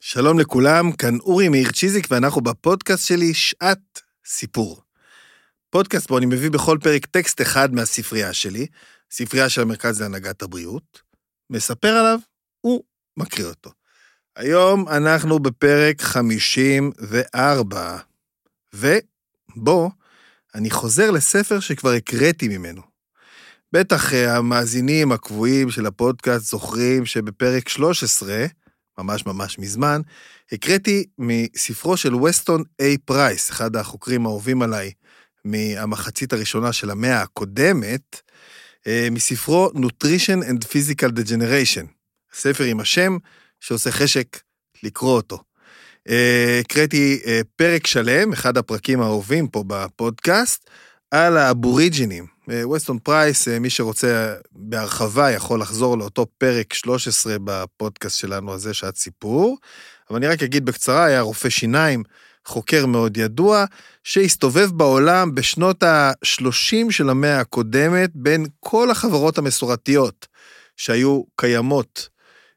שלום לכולם, כאן אורי מאיר צ'יזיק, ואנחנו בפודקאסט שלי שעת סיפור. פודקאסט בו אני מביא בכל פרק טקסט אחד מהספרייה שלי, ספרייה של המרכז להנהגת הבריאות, מספר עליו, הוא מקריא אותו. היום אנחנו בפרק 54, ובו אני חוזר לספר שכבר הקראתי ממנו. בטח המאזינים הקבועים של הפודקאסט זוכרים שבפרק 13, ממש מזמן, הקראתי מספרו של וסטון איי פרייס, אחד החוקרים האהובים עליי מהמחצית הראשונה של המאה הקודמת, מספרו Nutrition and Physical Degeneration, ספר עם השם שעושה חשק לקרוא אותו. הקראתי פרק שלם, אחד הפרקים האהובים פה בפודקאסט, על האבוריג'ינים. וסטון פרייס, מי שרוצה בהרחבה יכול לחזור לאותו פרק 13 בפודקאסט שלנו הזה, שעת סיפור, אבל אני רק אגיד בקצרה, היה רופא שיניים, חוקר מאוד ידוע, שהסתובב בעולם בשנות ה-30 של המאה הקודמת, בין כל החברות המסורתיות שהיו קיימות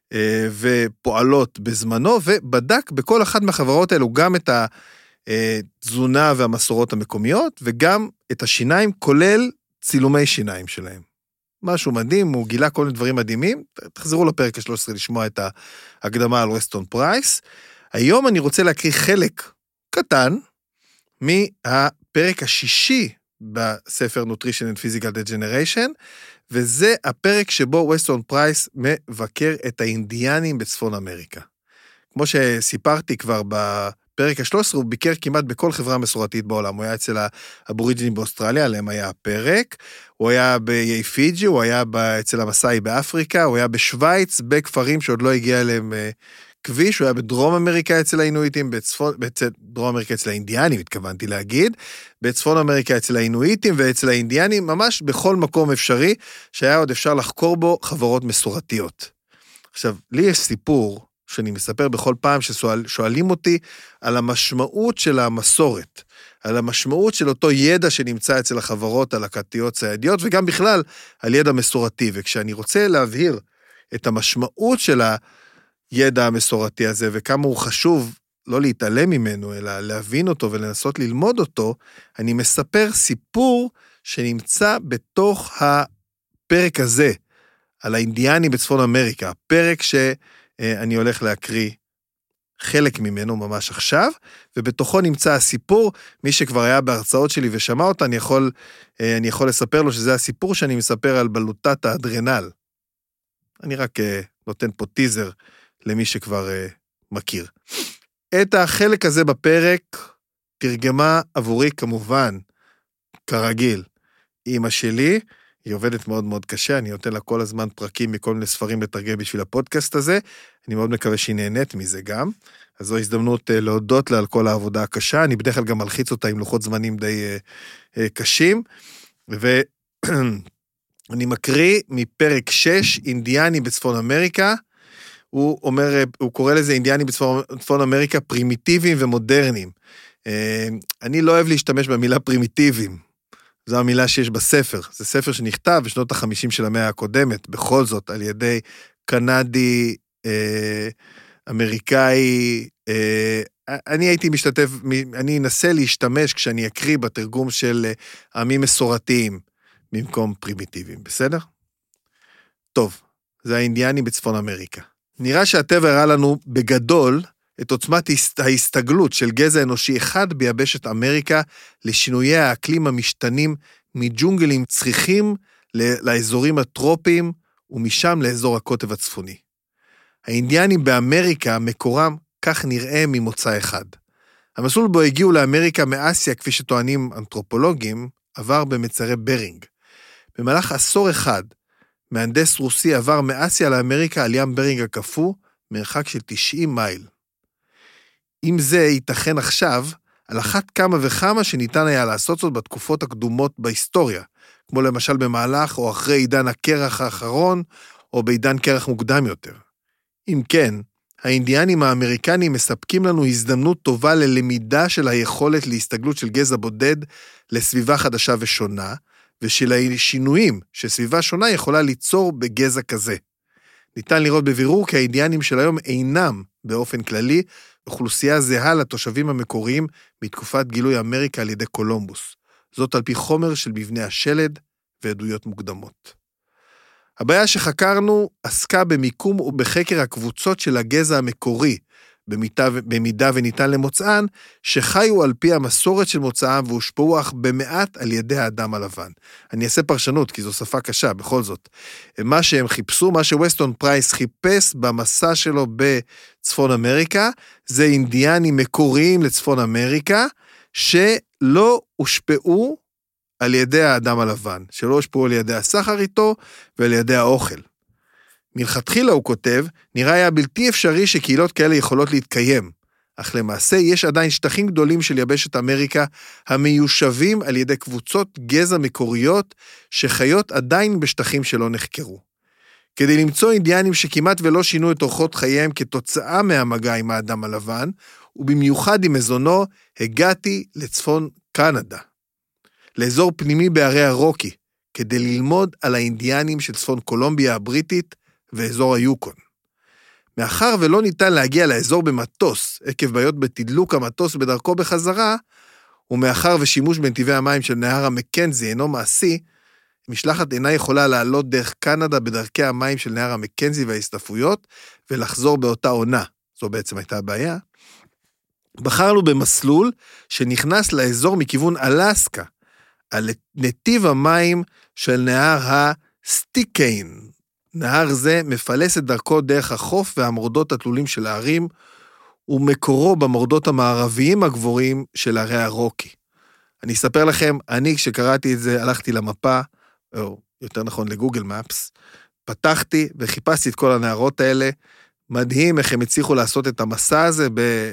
ופועלות בזמנו, ובדק בכל אחת מהחברות האלו גם את התזונה והמסורות המקומיות, וגם את השיניים, כולל צילומי שיניים שלהם. משהו מדהים, הוא גילה כל מיני דברים מדהימים, תחזרו לפרק ה-13 לשמוע את ההקדמה על וסטון פרייס. היום אני רוצה להקריא חלק קטן מהפרק השישי בספר Nutrition and Physical Degeneration, וזה הפרק שבו וסטון פרייס מבקר את האינדיאנים בצפון אמריקה. כמו שסיפרתי כבר בפרק ה-13, הוא ביקר כמעט בכל חברה מסורתית בעולם, הוא היה אצל האבוריג'ינים באוסטרליה, עליהם היה הפרק, הוא היה באיי פיג'י, הוא היה אצל המסאי באפריקה, הוא היה בשוויץ, בכפרים שעוד לא הגיע אליהם כביש, הוא היה בדרום אמריקה אצל האינואיטים, בדרום אמריקה אצל האינדיאנים, התכוונתי להגיד, בצפון אמריקה אצל האינואיטים ואצל האינדיאנים, ממש בכל מקום אפשרי, שהיה עוד אפשר לחקור בו חברות מסורתיות. עכשיו, לי יש סיפור שאני מספר בכל פעם ששואלים אותי על המשמעות של המסורת, על המשמעות של אותו ידע שנמצא אצל החברות הלקטיות ציידיות, וגם בכלל על ידע מסורתי, וכשאני רוצה להבהיר את המשמעות של הידע המסורתי הזה, וכמה הוא חשוב לא להתעלם ממנו, אלא להבין אותו ולנסות ללמוד אותו, אני מספר סיפור שנמצא בתוך הפרק הזה, על האינדיאנים בצפון אמריקה, הפרק שאני הולך להקריא חלק ממנו ממש עכשיו, ובתוכו נמצא הסיפור, מי שכבר היה בהרצאות שלי ושמע אותה, אני יכול לספר לו שזה הסיפור שאני מספר על בלוטת האדרנל. אני רק נותן פה טיזר למי שכבר מכיר. את החלק הזה בפרק תרגמה עבורי כמובן, כרגיל, אמא שלי, היא עובדת מאוד מאוד קשה, אני נותן לה כל הזמן פרקים מכל מיני ספרים לתרגם בשביל הפודקאסט הזה, אני מאוד מקווה שהיא נהנית מזה גם, אז זו הזדמנות להודות לה על כל העבודה הקשה, אני בדרך כלל גם מלחיץ אותה עם לוחות זמנים די קשים, ואני מקריא מפרק 6, אינדיאני בצפון אמריקה, הוא קורא לזה אינדיאני בצפון אמריקה פרימיטיביים ומודרניים, אני לא אוהב להשתמש במילה פרימיטיביים, זו המילה שיש בספר, זה ספר שנכתב בשנות ה-50 של המאה הקודמת, בכל זאת על ידי קנדי, אמריקאי, אני אנסה להשתמש כשאני אקריא בתרגום של עמים מסורתיים, במקום פרימיטיביים, בסדר? טוב, זה האינדיאנים בצפון אמריקה. נראה שהטבע הראה לנו בגדול, את עוצמת ההסתגלות של גזע אנושי אחד ביבשת אמריקה לשינויי האקלים המשתנים מג'ונגלים צריכים לאזורים הטרופיים ומשם לאזור הקוטב הצפוני. האינדיאנים באמריקה מקורם כך נראה ממוצא אחד. המסלול בו הגיעו לאמריקה מאסיה כפי שטוענים אנתרופולוגים עבר במצרי ברינג. במהלך עשור אחד מהנדס רוסי עבר מאסיה לאמריקה על ים ברינג הקפוא מרחק של 90 מייל. אם זה ייתכן עכשיו, על אחת כמה וכמה שניתן היה לעשות זאת בתקופות הקדומות בהיסטוריה, כמו למשל במהלך או אחרי עידן הקרח האחרון, או בעידן קרח מוקדם יותר. אם כן, האינדיאנים האמריקנים מספקים לנו הזדמנות טובה ללמידה של היכולת להסתגלות של גזע בודד לסביבה חדשה ושונה, ושל השינויים שסביבה שונה יכולה ליצור בגזע כזה. ניתן לראות בבירור כי האינדיאנים של היום אינם, באופן כללי, אוכלוסייה זהה לתושבים המקוריים מתקופת גילוי אמריקה על ידי קולומבוס. זאת על פי חומר של מבנה השלד ועדויות מוקדמות. הבעיה שחקרנו עסקה במיקום ובחקר הקבוצות של הגזע המקורי, במידה וניתן למוצאן, שחיו על פי המסורת של מוצאם והושפעו אך במעט על ידי האדם הלבן. אני אעשה פרשנות, כי זו שפה קשה, בכל זאת. מה שהם חיפשו, מה שווסטון פרייס חיפש במסע שלו בצפון אמריקה, זה אינדיאנים מקוריים לצפון אמריקה, שלא הושפעו על ידי האדם הלבן, שלא הושפעו על ידי הסחר איתו ועל ידי האוכל. מלכתחילה הוא כותב, נראה היה בלתי אפשרי שקהילות כאלה יכולות להתקיים, אך למעשה יש עדיין שטחים גדולים של יבשת אמריקה המיושבים על ידי קבוצות גזע מקוריות שחיות עדיין בשטחים שלא נחקרו. כדי למצוא אינדיאנים שכמעט ולא שינו את אורחות חייהם כתוצאה מהמגע עם האדם הלבן, ובמיוחד עם מזונו, הגעתי לצפון קנדה, לאזור פנימי בערי הרוקי, כדי ללמוד על האינדיאנים של צפון קולומביה הבריטית ואזור היוקון. מאחר ולא ניתן להגיע לאזור במטוס, עקב בעיות בתדלוק המטוס בדרכו בחזרה, ומאחר ושימוש בנתיבי המים של נהר המקנזי אינו מעשי, משלחת אינה יכולה לעלות דרך קנדה בדרכי המים של נהר המקנזי וההסתפויות, ולחזור באותה עונה. זו בעצם הייתה הבעיה. בחרנו במסלול שנכנס לאזור מכיוון אלסקה, על נתיב המים של נהר הסטיקין. נהר זה מפלס את דרכו דרך החוף והמורדות התלולים של הערים, ומקורו במורדות המערביים הגבוהים של ערי הרוקי. אני אספר לכם, אני כשקראתי את זה, הלכתי למפה, או יותר נכון לגוגל מפס, פתחתי וחיפשתי את כל הנהרות האלה, מדהים איך הם הצליחו לעשות את המסע הזה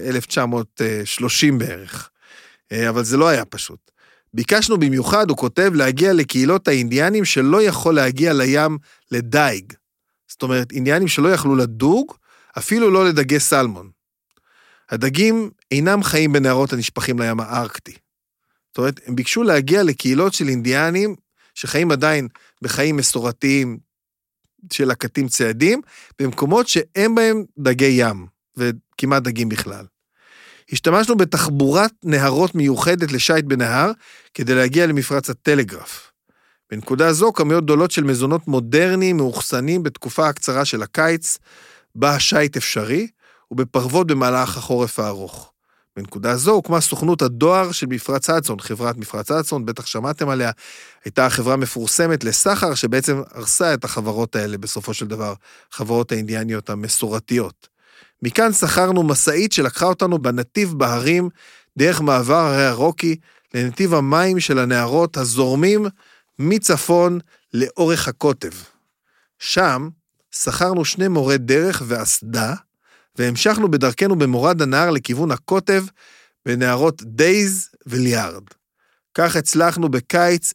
ב-1930 בערך. אבל זה לא היה פשוט. ביקשנו במיוחד, הוא כותב, להגיע לקהילות האינדיאנים שלא יכול להגיע לים לדייג. זאת אומרת, אינדיאנים שלא יכלו לדוג, אפילו לא לדגי סלמון. הדגים אינם חיים בנהרות הנשפכים לים הארקטי. זאת אומרת, הם ביקשו להגיע לקהילות של אינדיאנים שחיים עדיין בחיים מסורתיים של לקטים צעדים, במקומות שאין בהם דגי ים, וכמעט דגים בכלל. השתמשנו בתחבורת נהרות מיוחדת לשייט בנהר, כדי להגיע למפרץ הטלגרף. בנקודה זו, כמויות גדולות של מזונות מודרניים מאוחסנים בתקופה הקצרה של הקיץ, בה השייט אפשרי, ובפרוות במהלך החורף הארוך. בנקודה זו הוקמה סוכנות הדואר של מפרץ הדסון, חברת מפרץ הדסון, בטח שמעתם עליה, הייתה חברה מפורסמת לסחר, שבעצם הרסה את החברות האלה בסופו של דבר, חברות האינדיאניות המסורתיות. מכאן שכרנו מסעית שלקחה אותנו בנתיב בהרים, דרך מעבר הרי הרוקי, לנתיב המים של הנהרות הזורמים מצפון לאורך הקוטב. שם שכרנו 2 מורי דרך ואסדה, והמשכנו בדרכנו במורד הנהר לכיוון הקוטב, בנהרות דייז וליארד. כך הצלחנו בקיץ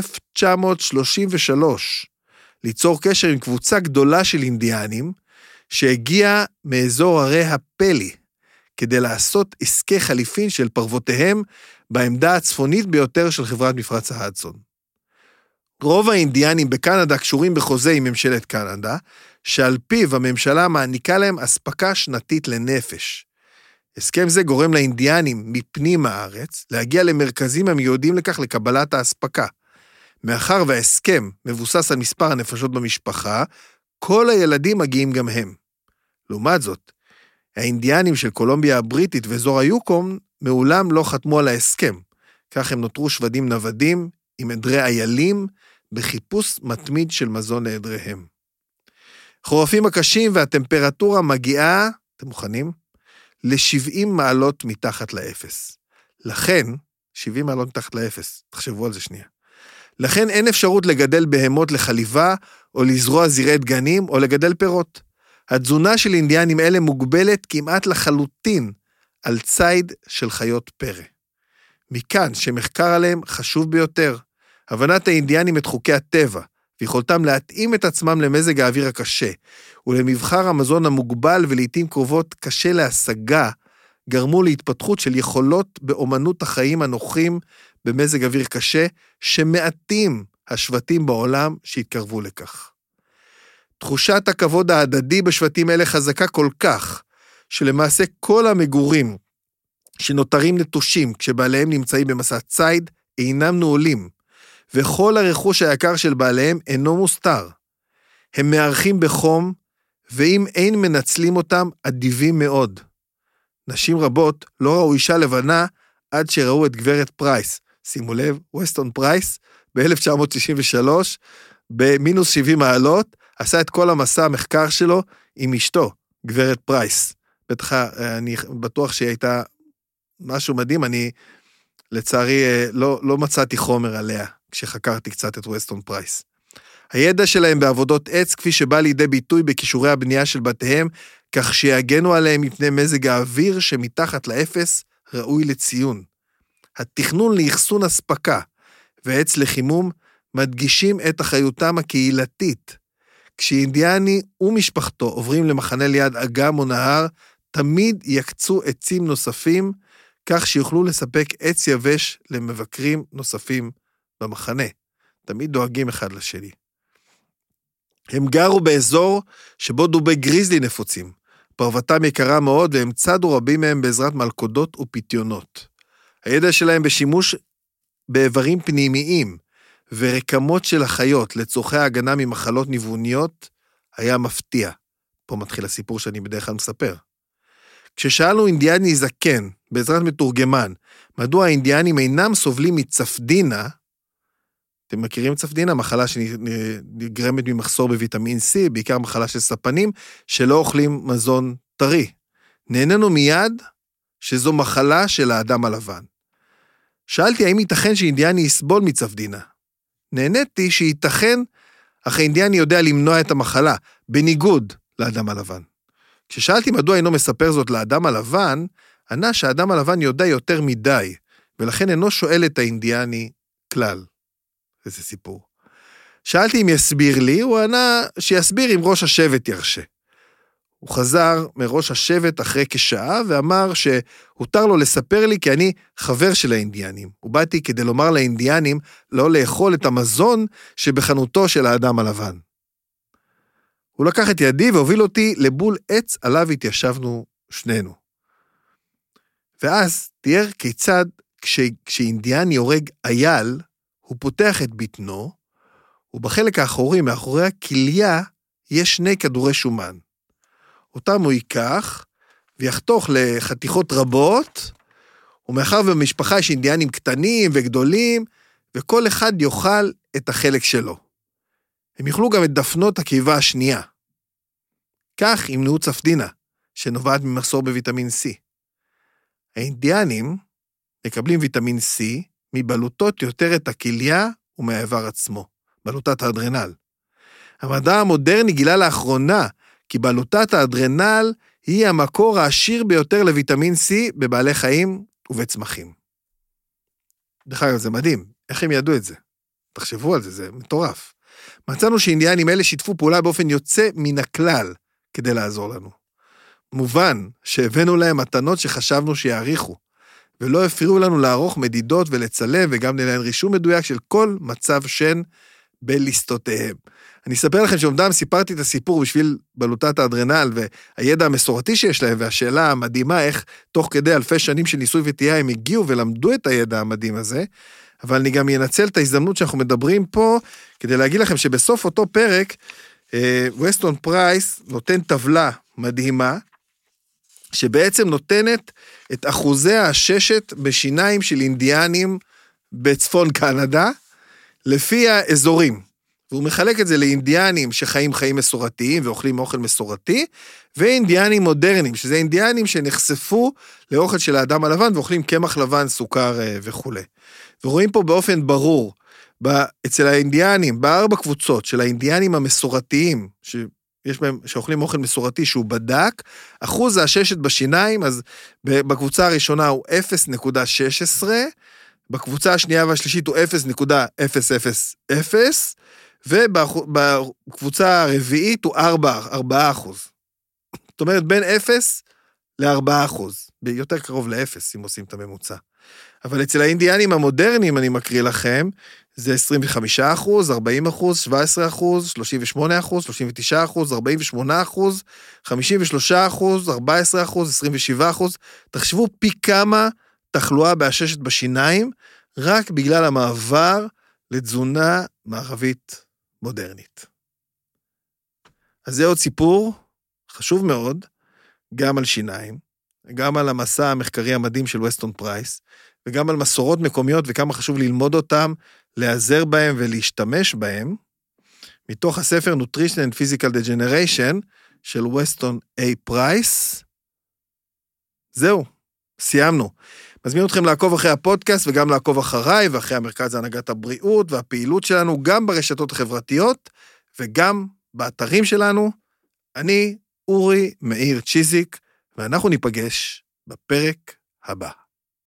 1933, ליצור קשר עם קבוצה גדולה של אינדיאנים, שהגיע מאזור הרי הפלי, כדי לעשות עסקי חליפין של פרוותיהם, בעמדה הצפונית ביותר של חברת מפרץ ההדסון. רוב האינדיאנים בקנדה קשורים בחוזה עם ממשלת קנדה, שעל פיו הממשלה מעניקה להם אספקה שנתית לנפש. הסכם זה גורם לאינדיאנים מפנים הארץ להגיע למרכזים המיועדים לכך לקבלת האספקה. מאחר וההסכם מבוסס על מספר הנפשות במשפחה, כל הילדים מגיעים גם הם. לעומת זאת, האינדיאנים של קולומביה הבריטית ואזור היוקון מעולם לא חתמו על ההסכם. כך הם נותרו שבדים נוודים עם עדרי איילים בחיפוש מתמיד של מזון לעדריהם. חורפים הקשים והטמפרטורה מגיעה, אתם מוכנים? ל-70 מעלות מתחת לאפס. לכן, 70 מעלות מתחת לאפס, תחשבו על זה שנייה. לכן אין אפשרות לגדל בהמות לחליבה, או לזרוע זירי דגנים, או לגדל פירות. התזונה של אינדיאנים אלה מוגבלת כמעט לחלוטין על ציד של חיות פרא. מכאן שמחקר עליהם חשוב ביותר. הבנת האינדיאנים את חוקי הטבע, ויכולתם להתאים את עצמם למזג האוויר הקשה, ולמבחר המזון המוגבל ולעיתים קרובות קשה להשגה, גרמו להתפתחות של יכולות באומנות החיים הנוחים במזג אוויר קשה, שמעטים השבטים בעולם שהתקרבו לכך. תחושת הכבוד ההדדי בשבטים אלה חזקה כל כך, שלמעשה כל המגורים שנותרים נטושים כשבעליהם נמצאים במסע ציד אינם נעולים, וכל הרכוש היקר של בעליהם אינו מוסתר. הם מארחים בחום, ואם אין מנצלים אותם, אדיבים מאוד. נשים רבות לא ראו אישה לבנה עד שראו את גברת פרייס. שימו לב, ווסטון פרייס, ב-1963, במינוס 70 מעלות, עשה את כל המסע המחקר שלו עם אשתו, גברת פרייס. בטח, אני בטוח שהיא הייתה משהו מדהים, אני לצערי לא מצאתי חומר עליה, כשחקרתי קצת את ווסטון פרייס. הידע שלהם בעבודות עץ, כפי שבא לידי ביטוי בכישורי הבנייה של בתיהם, כך שיגנו עליהם מפני מזג האוויר שמתחת לאפס, ראוי לציון. התכנון לאחסון הספקה ועץ לחימום, מדגישים את אחריותם הקהילתית. כשאינדיאני ומשפחתו עוברים למחנה ליד אגם או נהר, תמיד יקצו עצים נוספים, כך שיוכלו לספק עץ יבש למבקרים נוספים במחנה. תמיד דואגים אחד לשני. הם גרו באזור שבו דובי גריזלי נפוצים. פרוותם יקרה מאוד, והם צדו רבים מהם בעזרת מלכודות ופיתיונות. הידע שלהם בשימוש באיברים פנימיים ורקמות של החיות לצורכי ההגנה ממחלות ניווניות היה מפתיע. פה מתחיל הסיפור שאני בדרך כלל מספר. כששאלנו אינדיאני זקן, בעזרת מתורגמן, מדוע האינדיאנים אינם סובלים מצפדינה, אתם מכירים צפדינה? מחלה שנגרמת ממחסור בוויטמין C, בעיקר מחלה של ספנים, שלא אוכלים מזון טרי. נהנינו מיד שזו מחלה של האדם הלבן. שאלתי האם ייתכן שאינדיאני יסבול מצפדינה. נהניתי שייתכן, אך האינדיאני יודע למנוע את המחלה, בניגוד לאדם הלבן. כששאלתי מדוע אינו מספר זאת לאדם הלבן, ענה שהאדם הלבן יודע יותר מדי, ולכן אינו שואל את האינדיאני כלל. איזה סיפור. שאלתי אם יסביר לי, הוא ענה שיסביר אם ראש השבט ירשה. הוא חזר מראש השבט אחרי כשעה, ואמר שהותר לו לספר לי כי אני חבר של האינדיאנים. ובאתי כדי לומר לאינדיאנים לא לאכול את המזון שבחנותו של האדם הלבן. הוא לקח את ידי והוביל אותי לבול עץ עליו התיישבנו שנינו. ואז תיאר כיצד כשאינדיאני הורג אייל, הוא פותח את בטנו, ובחלק האחורי מאחורי הכליה יש 2 כדורי שומן. אותם הוא ייקח ויחתוך לחתיכות רבות, ומאחר במשפחה יש אינדיאנים קטנים וגדולים, וכל אחד יאכל את החלק שלו. הם יאכלו גם את דפנות הקיבה השנייה. כך ימנעו צפדינה, שנובעת ממחסור בוויטמין C. האינדיאנים מקבלים ויטמין C מבלוטות יותר את הכליה ומהאיבר עצמו, בלוטת האדרנל. המדע המודרני גילה לאחרונה כי בלוטת האדרנל היא המקור העשיר ביותר לויטמין C בבעלי חיים ובצמחים. דרך אגב, זה מדהים. איך הם ידעו את זה? תחשבו על זה, זה מטורף. מצאנו שאינדיאנים אלה שיתפו פעולה באופן יוצא מן הכלל כדי לעזור לנו. מובן שהבאנו להם מתנות שחשבנו שיעריכו, ולא הפריעו לנו לערוך מדידות ולצלם, וגם נלהן רישום מדויק של כל מצב שן בליסטותיהם. אני אספר לכם שעומדם סיפרתי את הסיפור בשביל בלוטת האדרנל, והידע המסורתי שיש להם, והשאלה המדהימה איך תוך כדי אלפי שנים של ניסוי וטעייה הם הגיעו ולמדו את הידע המדהים הזה, אבל אני גם אנצל את ההזדמנות שאנחנו מדברים פה, כדי להגיד לכם שבסוף אותו פרק, ווסטון פרייס נותן טבלה מדהימה, שבעצם נותנת את אחוזי הששת בשיניים של אינדיאנים בצפון קנדה, לפי האזורים. והוא מחלק את זה לאינדיאנים שחיים חיים מסורתיים ואוכלים אוכל מסורתי, ואינדיאנים מודרניים, שזה אינדיאנים שנחשפו לאוכל של האדם הלבן, ואוכלים קמח לבן, סוכר וכו'. ורואים פה באופן ברור, אצל האינדיאנים, ב4 קבוצות של האינדיאנים המסורתיים, שאוכלים אוכל מסורתי שהוא בדק, אחוז הששת בשיניים, אז בקבוצה הראשונה הוא 0.16, בקבוצה השנייה והשלישית הוא 0.000, ובקבוצה הרביעית הוא 4%. זאת אומרת, בין 0 ל4%, ביותר קרוב ל0 אם עושים את הממוצע. אבל אצל האינדיאנים המודרניים, אני מקריא לכם, זה 25%, 40%, 17%, 38%, 39%, 48%, 53%, 14%, 27%. תחשבו פי כמה תחלואה בעששת בשיניים, רק בגלל המעבר לתזונה מערבית מודרנית. אז זה עוד סיפור חשוב מאוד, גם על שיניים, גם על המסע המחקרי המדהים של ווסטון פרייס, וגם על מסורות מקומיות וכמה חשוב ללמוד אותם, להיעזר בהם ולהשתמש בהם, מתוך הספר Nutrition and Physical Degeneration של ווסטון איי פרייס. זהו, סיימנו. מזמין אתכם לעקוב אחרי הפודקאסט וגם לעקוב אחריי ואחרי המרכז להנהגת הבריאות והפעילות שלנו גם ברשתות החברתיות וגם באתרים שלנו. אני אורי מאיר צ'יזיק ואנחנו ניפגש בפרק הבא.